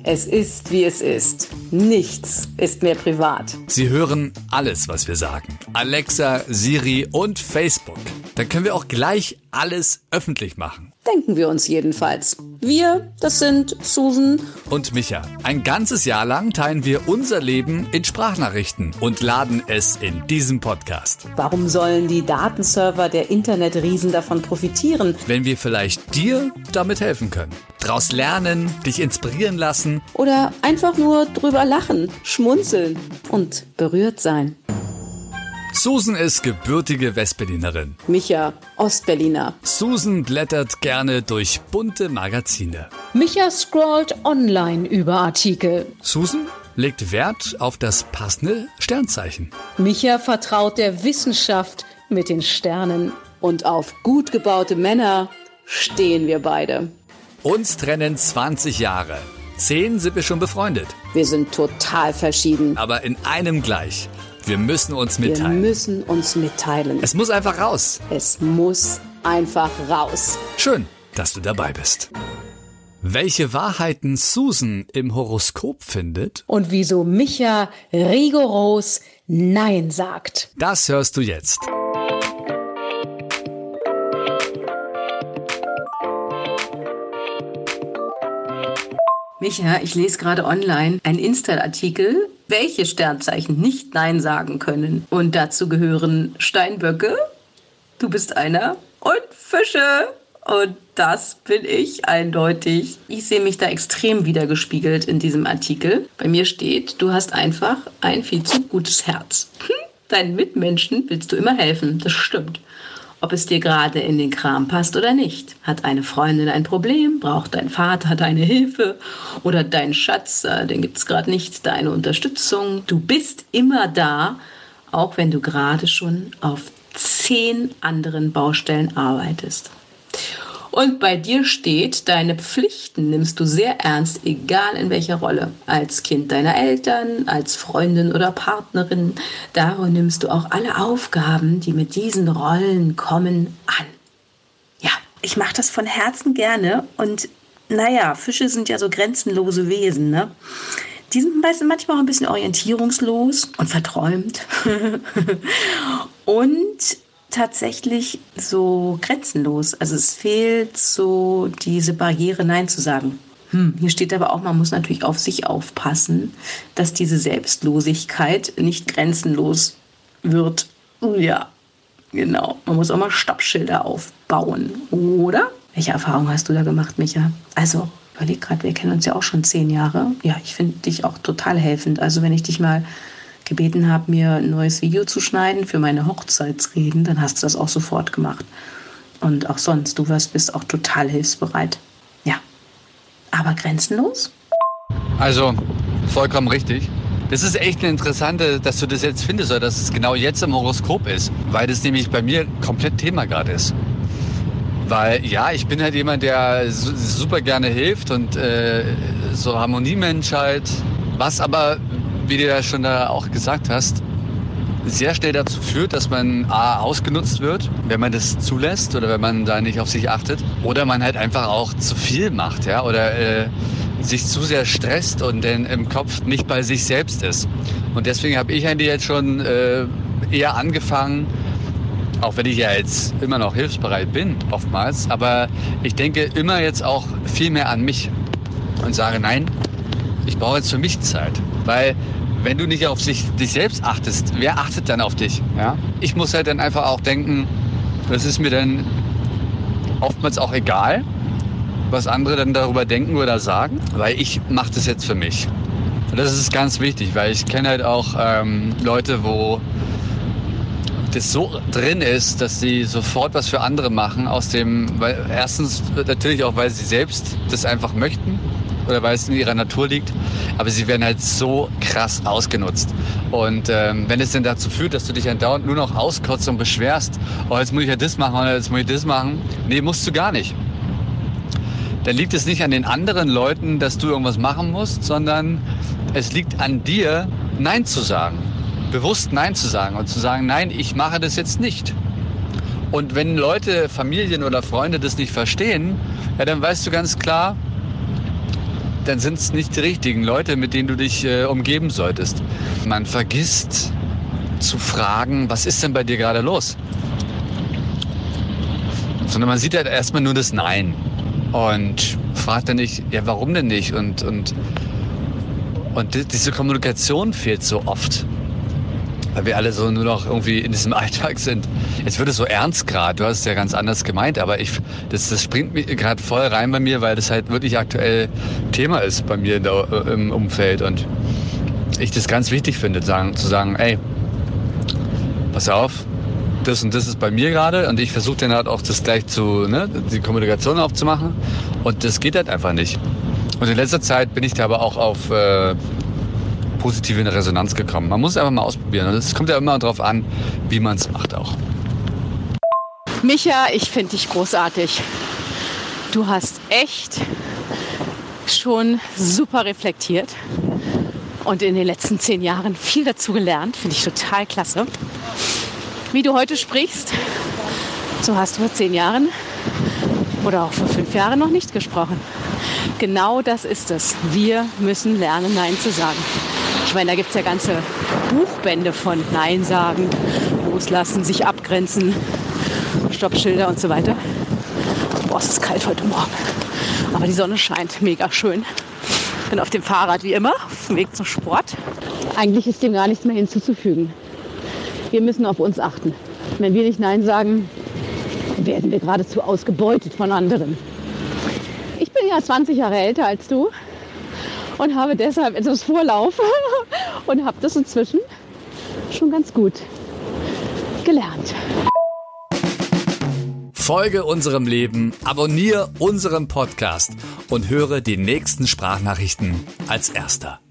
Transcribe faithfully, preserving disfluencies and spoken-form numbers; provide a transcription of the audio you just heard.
Es ist, wie es ist. Nichts ist mehr privat. Sie hören alles, was wir sagen. Alexa, Siri und Facebook. Dann können wir auch gleich alles öffentlich machen. Denken wir uns jedenfalls. Wir, das sind Susan und Micha. Ein ganzes Jahr lang teilen wir unser Leben in Sprachnachrichten und laden es in diesem Podcast. Warum sollen die Datenserver der Internetriesen davon profitieren? Wenn wir vielleicht dir damit helfen können. Draus lernen, dich inspirieren lassen. Oder einfach nur drüber lachen, schmunzeln und berührt sein. Susan ist gebürtige Westberlinerin. Micha, Ostberliner. Susan blättert gerne durch bunte Magazine. Micha scrollt online über Artikel. Susan legt Wert auf das passende Sternzeichen. Micha vertraut der Wissenschaft mit den Sternen. Und auf gut gebaute Männer stehen wir beide. Uns trennen zwanzig Jahre. Zehn sind wir schon befreundet. Wir sind total verschieden. Aber in einem gleich. Wir müssen uns mitteilen. Wir müssen uns mitteilen. Es muss einfach raus. Es muss einfach raus. Schön, dass du dabei bist. Welche Wahrheiten Susan im Horoskop findet und wieso Micha rigoros Nein sagt, das hörst du jetzt. Micha, ich lese gerade online einen Insta-Artikel, welche Sternzeichen nicht Nein sagen können. Und dazu gehören Steinböcke, du bist einer, und Fische. Und das bin ich eindeutig. Ich sehe mich da extrem wiedergespiegelt in diesem Artikel. Bei mir steht, du hast einfach ein viel zu gutes Herz. Deinen Mitmenschen willst du immer helfen, das stimmt. Ob es dir gerade in den Kram passt oder nicht. Hat eine Freundin ein Problem? Braucht dein Vater deine Hilfe? Oder dein Schatz, den gibt es gerade nicht, deine Unterstützung? Du bist immer da, auch wenn du gerade schon auf zehn anderen Baustellen arbeitest. Und bei dir steht, deine Pflichten nimmst du sehr ernst, egal in welcher Rolle. Als Kind deiner Eltern, als Freundin oder Partnerin. Darum nimmst du auch alle Aufgaben, die mit diesen Rollen kommen, an. Ja, ich mache das von Herzen gerne. Und naja, Fische sind ja so grenzenlose Wesen, ne? Die sind manchmal auch ein bisschen orientierungslos und verträumt. Und tatsächlich so grenzenlos. Also es fehlt so diese Barriere, Nein zu sagen. Hm, hier steht aber auch, man muss natürlich auf sich aufpassen, dass diese Selbstlosigkeit nicht grenzenlos wird. Ja, genau. Man muss auch mal Stoppschilder aufbauen, oder? Welche Erfahrung hast du da gemacht, Micha? Also, überleg gerade, wir kennen uns ja auch schon zehn Jahre. Ja, ich finde dich auch total helfend. Also wenn ich dich mal gebeten habe, mir ein neues Video zu schneiden für meine Hochzeitsreden, dann hast du das auch sofort gemacht. Und auch sonst, du wirst, bist auch total hilfsbereit. Ja, aber grenzenlos? Also, vollkommen richtig. Das ist echt eine interessante, dass du das jetzt findest, oder dass es genau jetzt im Horoskop ist, weil das nämlich bei mir komplett Thema gerade ist. Weil, ja, ich bin halt jemand, der super gerne hilft und äh, so Harmoniemensch halt, was aber, wie du ja schon da auch gesagt hast, sehr schnell dazu führt, dass man A, ausgenutzt wird, wenn man das zulässt oder wenn man da nicht auf sich achtet. Oder man halt einfach auch zu viel macht, ja, oder äh, sich zu sehr stresst und dann im Kopf nicht bei sich selbst ist. Und deswegen habe ich eigentlich jetzt schon äh, eher angefangen, auch wenn ich ja jetzt immer noch hilfsbereit bin, oftmals, aber ich denke immer jetzt auch viel mehr an mich und sage, nein, ich brauche jetzt für mich Zeit, weil wenn du nicht auf sich, dich selbst achtest, wer achtet dann auf dich? Ja? Ich muss halt dann einfach auch denken, das ist mir dann oftmals auch egal, was andere dann darüber denken oder sagen, weil ich mache das jetzt für mich. Und das ist ganz wichtig, weil ich kenne halt auch ähm, Leute, wo das so drin ist, dass sie sofort was für andere machen, aus dem, weil erstens natürlich auch, weil sie selbst das einfach möchten, oder weil es in ihrer Natur liegt, aber sie werden halt so krass ausgenutzt. Und ähm, wenn es denn dazu führt, dass du dich andauernd nur noch auskotzt und beschwerst, oh, jetzt muss ich ja das machen oder jetzt muss ich das machen, nee, musst du gar nicht. Dann liegt es nicht an den anderen Leuten, dass du irgendwas machen musst, sondern es liegt an dir, Nein zu sagen. Bewusst Nein zu sagen und zu sagen, nein, ich mache das jetzt nicht. Und wenn Leute, Familien oder Freunde das nicht verstehen, ja, dann weißt du ganz klar, dann sind es nicht die richtigen Leute, mit denen du dich äh, umgeben solltest. Man vergisst zu fragen, was ist denn bei dir gerade los? Sondern man sieht halt erstmal nur das Nein und fragt dann nicht, ja, warum denn nicht? Und, und, und diese Kommunikation fehlt so oft, weil wir alle so nur noch irgendwie in diesem Alltag sind. Jetzt wird es so ernst gerade, du hast es ja ganz anders gemeint, aber ich, das, das springt mir gerade voll rein bei mir, weil das halt wirklich aktuell Thema ist bei mir in der, im Umfeld und ich das ganz wichtig finde, sagen, zu sagen, ey, pass auf, das und das ist bei mir gerade und ich versuche dann halt auch das gleich zu, ne, die Kommunikation aufzumachen und das geht halt einfach nicht. Und in letzter Zeit bin ich da aber auch auf äh, positive Resonanz gekommen. Man muss es einfach mal ausprobieren und es kommt ja immer darauf an, wie man es macht auch. Micha, ich finde dich großartig. Du hast echt schon super reflektiert und in den letzten zehn Jahren viel dazu gelernt. Finde ich total klasse. Wie du heute sprichst, so hast du vor zehn Jahren oder auch vor fünf Jahren noch nicht gesprochen. Genau das ist es. Wir müssen lernen, Nein zu sagen. Ich meine, da gibt es ja ganze Buchbände von Nein sagen, loslassen, sich abgrenzen, Stoppschilder und so weiter. Boah, es ist kalt heute Morgen. Aber die Sonne scheint mega schön. Ich bin auf dem Fahrrad wie immer, auf dem Weg zum Sport. Eigentlich ist dem gar nichts mehr hinzuzufügen. Wir müssen auf uns achten. Wenn wir nicht Nein sagen, werden wir geradezu ausgebeutet von anderen. Ich bin ja zwanzig Jahre älter als du und habe deshalb etwas Vorlauf und habe das inzwischen schon ganz gut gelernt. Folge unserem Leben, abonniere unseren Podcast und höre die nächsten Sprachnachrichten als Erster.